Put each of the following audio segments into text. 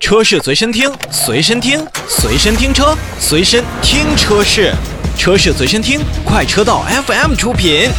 车市随身听，随身听，随身听车，随身听车市，车市随身听，快车道 FM 出品。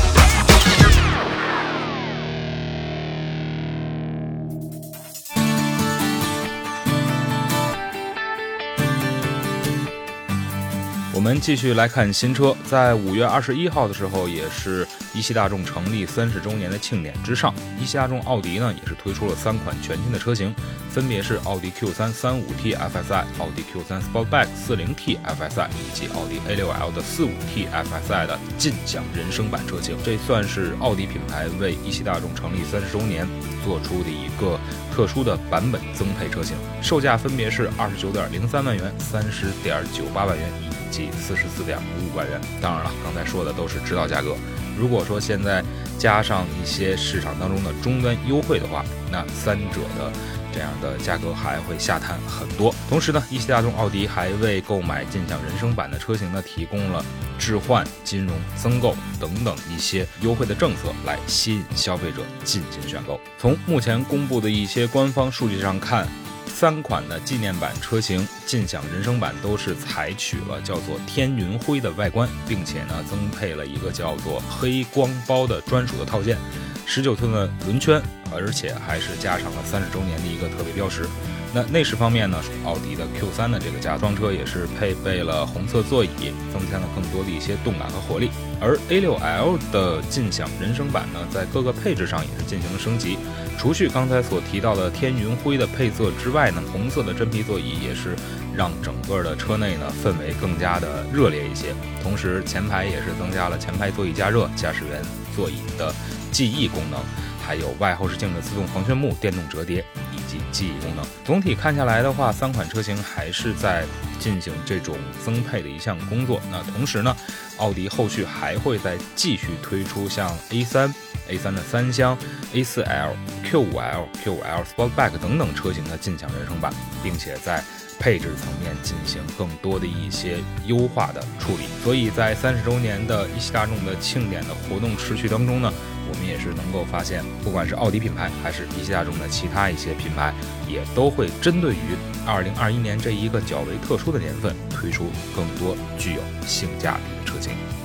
我们继续来看新车，在5月21号的时候，也是一汽大众成立30周年的庆典之上，一汽大众奥迪呢也是推出了3款全新的车型，分别是奥迪 Q3 35T FSI、奥迪 Q3 Sportback 40T FSI 以及奥迪 A6L 的 45T FSI 的劲享人生版车型。这算是奥迪品牌为一汽大众成立30周年做出的一个特殊的版本增配车型，售价分别是29.03万元、30.98万元以及44.55万元。当然了，刚才说的都是指导价格，如果说现在加上一些市场当中的终端优惠的话，那三者的这样的价格还会下探很多。同时呢，一汽大众奥迪还为购买劲享人生版的车型呢提供了置换、金融增购等等一些优惠的政策，来吸引消费者进行选购。从目前公布的一些官方数据上看，3款的纪念版车型劲享人生版都是采取了叫做天云灰的外观，并且呢增配了一个叫做黑光包的专属的套件，19寸的轮圈，而且还是加上了30周年的一个特别标识。那内饰方面呢，奥迪的 Q3 的这个加装车也是配备了红色座椅，增添了更多的一些动感和活力。而 A6L 的劲享人生版呢，在各个配置上也是进行了升级，除去刚才所提到的天云灰的配色之外呢，红色的真皮座椅也是让整个的车内呢氛围更加的热烈一些。同时前排也是增加了前排座椅加热、驾驶员座椅的记忆功能，还有外后视镜的自动防眩目、电动折叠以及记忆功能。总体看下来的话，3款车型还是在进行这种增配的一项工作。那同时呢，奥迪后续还会再继续推出像 A3 的3厢、A4L、Q5L、Q5L Sportback 等等车型的劲享人生版，并且在配置层面进行更多的一些优化的处理。所以在30周年的一汽大众的庆典的活动持续当中呢，我们也是能够发现，不管是奥迪品牌还是一汽大众的其他一些品牌，也都会针对于2021年这一个较为特殊的年份，推出更多具有性价比的车型。